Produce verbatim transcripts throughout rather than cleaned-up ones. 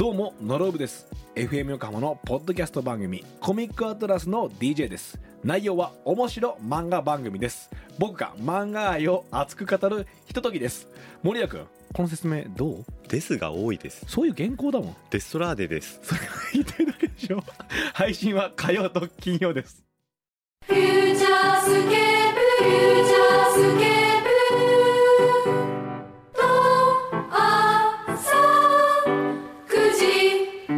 どうもノロブです。 エフエム 横浜のポッドキャスト番組コミックアトラスの ディージェー です。内容は面白漫画番組です。僕が漫画愛を熱く語るひとときです。森谷君、この説明どう？ ですが多いです。 そういう原稿だもん。 デストラーデです。 それが言ってるだけでしょ。配信は火曜と金曜です。 フューチャースケープ、フューチャースケープと朝くじ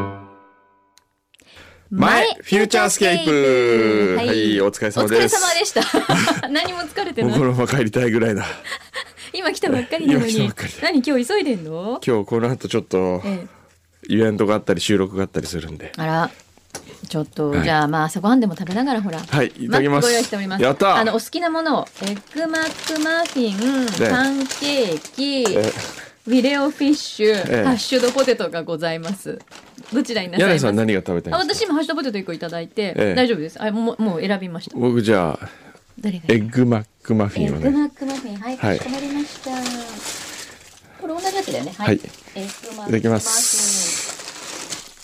前フューチャースケープ、はい、はい、お疲れ様です。 お疲れ様でした何も疲れてない。 もうこのまま帰りたいぐらいだ。 今来たばっかりなのに。何今日急いでんの？ 今日この後ちょっとイベントがあったり収録があったりするんで。 あら、ちょっと、はい、じゃあまあ朝ごはんでも食べながらほら、 はい、いただきます。 ご用意しております。 やったー。 あのお好きなものをエッグマックマフィン、パンケーキ、ウィレオフィッシュ、ええ、ハッシュドポテトがございます。どちらになさいます？ 柳さん何が食べたいんですか？ あ、私もハッシュドポテトいっこいただいて、 ええ、大丈夫です。あ、もう、もう選びました。 僕じゃあどれがエッグマックマフィンをね。 エッグマックマフィン、はい、かしこまりました。はい、これ同じやつだよね。はい。はい、エッグマックマフィン。いただきます。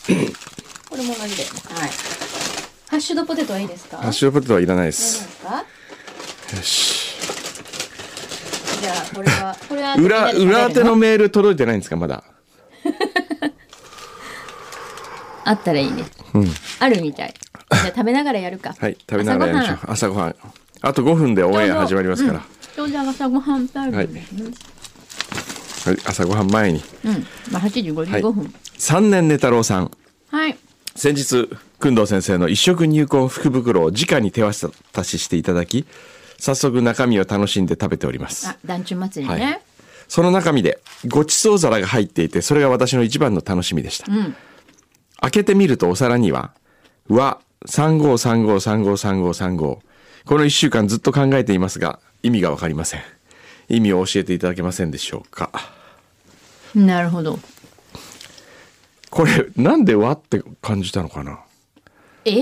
これも同じだよね。はい。ハッシュドポテトはいいですか？ ハッシュドポテトはいらないです。 よし。 じゃあこれはこれは裏裏手のメール届いてないんですかまだ？ あったらいいね。うん。あるみたい。じゃあ食べながらやるか。 はい、食べながらやりましょう。朝ごはん。あとごふんでオンエア始まりますから。 ちょうど朝ごはんタイムですね。 はい、朝ごはん前に。 うん。まあはちじごじゅうごふん。 さんねん寝太郎さん。 はい。 先日工藤先生の一食入魂福袋を直に手渡ししていただき、早速中身を楽しんで食べております。 あ、団中祭りね、はい、 その中身でごちそう皿が入っていて、それが私の一番の楽しみでした、うん、開けてみるとお皿には和さんごーさんごーさんごーさんごーさんごー、このいっしゅうかんずっと考えていますが意味がわかりません。意味を教えていただけませんでしょうか？ なるほど。 これなんで和って感じたのかな。 え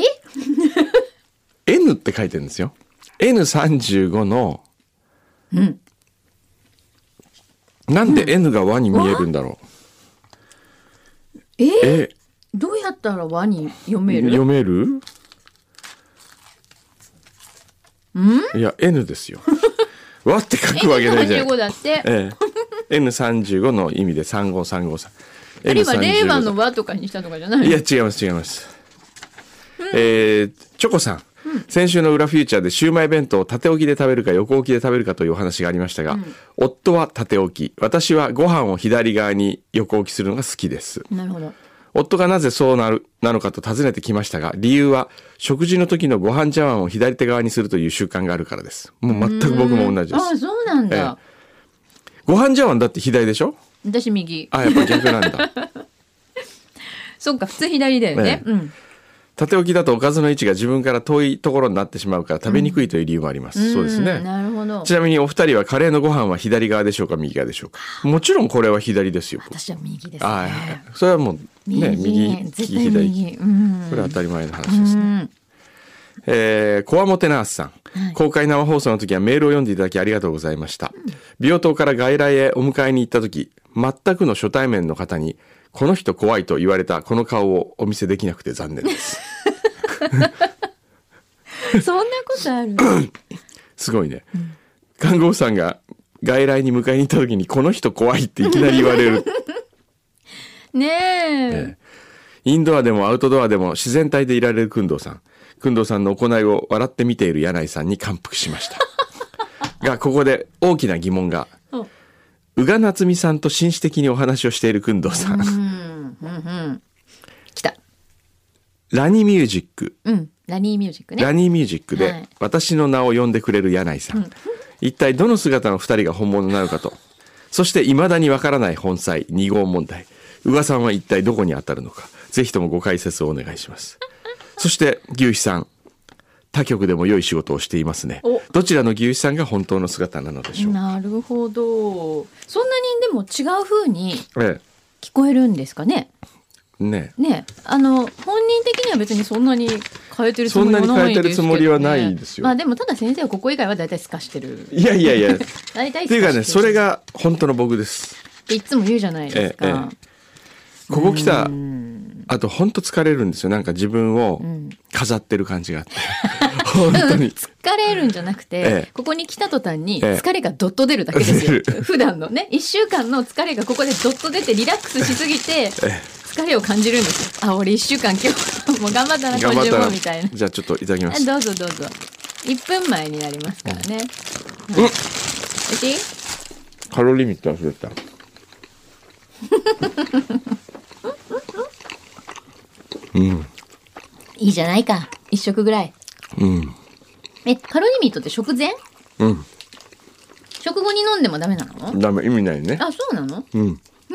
N って書いてるんですよ。エヌさんじゅうご の、うん、なんで N が和に見えるんだろう、うん、ええどうやったら和に読める？ 読める？ ん？ いや N ですよ。和って書くわけないじゃん。 エヌさんじゅうご だって、 ええ、エヌさんじゅうご の意味でさんごーさんごーさん。 あれは令和の和とかにしたとかじゃない？ いや違います違います、うん、えー、チョコさん、うん、先週の裏フューチャーでシウマイ弁当を縦置きで食べるか横置きで食べるかというお話がありましたが、うん、夫は縦置き、私はご飯を左側に横置きするのが好きです。 なるほど。 夫がなぜそうなるなのかと尋ねてきましたが、理由は食事の時のご飯茶碗を左手側にするという習慣があるからです。もう全く僕も同じです。 ああ、そうなんだ、えー、 ご飯茶碗だって左でしょ？ 私右。 あ、やっぱ逆なんだ。 そっか、普通左だよね、ええ、うん。 縦置きだとおかずの位置が自分から遠いところになってしまうから食べにくいという理由もあります、うん、そうですね。 なるほど。 ちなみにお二人はカレーのご飯は左側でしょうか右側でしょうか？もちろんこれは左ですよ。 私は右ですね。 あ、それはもうね、右、 絶対右、 左、うん、これは当たり前の話ですね、うん。えー、コアモテナースさん、はい、公開生放送の時はメールを読んでいただきありがとうございました、うん、美容棟から外来へお迎えに行った時、全くの初対面の方にこの人怖いと言われたこの顔をお見せできなくて残念です。 そんなことある？ すごいね、うん、看護婦さんが外来に迎えに行った時にこの人怖いっていきなり言われる。 ねえ、 ね、インドアでもアウトドアでも自然体でいられる工藤さん、工藤さんの行いを笑って見ている柳井さんに感服しましたが、ここで大きな疑問が。宇賀夏美さんと紳士的にお話をしている工藤さん、うんうんうん、 来た。 ラニミュージック、 うん、ラニーミュージックね。 ラニーミュージックで私の名を呼んでくれる柳井さん、はい、一体どの姿の二人が本物なのかと、そして未だにわからない本妻二号問題、宇賀さんは一体どこに当たるのか、ぜひともご解説をお願いします。そして牛肥さん、他局でも良い仕事をしていますね。どちらの牛肥さんが本当の姿なのでしょうか？ なるほど。そんなにでも違う風に聞こえるんですかね。 ねね、あの本人的には別にそんなに変えてるつもりはないですけどね。 そんなに変えてるつもりはないですよ。 まあでもただ先生はここ以外はだいたい透かしてる。 いやいやいや。 大体っていうかね、それが本当の僕です。 っていつも言うじゃないですか。ええええ、 ここ来たあと本当疲れるんですよ。なんか自分を飾ってる感じがあって、本当に疲れるんじゃなくて、 ええここに来た途端にええ疲れがどっと出るだけですよ、 出る普段のねいっしゅうかんの疲れがここでどっと出てリラックスしすぎてええ疲れを感じるんですよ。あ、俺いっしゅうかん今日もう頑張ったな今週頑張ったらもみたいな。 じゃあちょっといただきます。 どうぞどうぞ。いっぷんまえになりますからね。 うんはい、おいしい？ カロリーミット忘れた。うんいいじゃないか。一食ぐらい。 うんえ、カロリーミットって食前？ うん食後に飲んでもダメなの？ ダメ、意味ないね。 あ、そうなの？ うんうーん。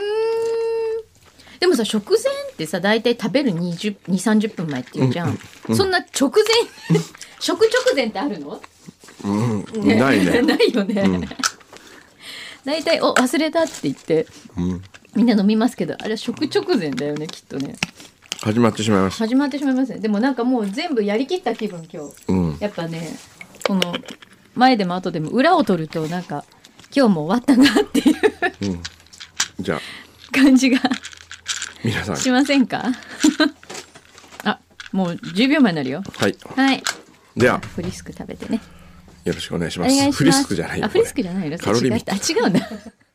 でもさ、食前ってさ、大体食べるにじゅう、さんじゅっぷんまえって言うじゃん。そんな直前、食直前ってあるの？ うんないね。 ないよね。 うん大体、お、忘れたって言って、 うんみんな飲みますけど、あれは食直前だよね、きっとね。 始まってしまいました。 始まってしまいますね。でもなんかもう全部やりきった気分、今日。 うんやっぱね、この、前でも後でも裏を取ると、なんか、今日も終わったなっていううんじゃあ感じが皆さんしませんか？あ、もうじゅうびょうまえになるよ。 はいはい。 ではフリスク食べてね。 よろしくお願いしおます。 願いします。 フリスクじゃないよ。 あ、フリスクじゃないの？ カロリーミット違った。あ、違うんだ。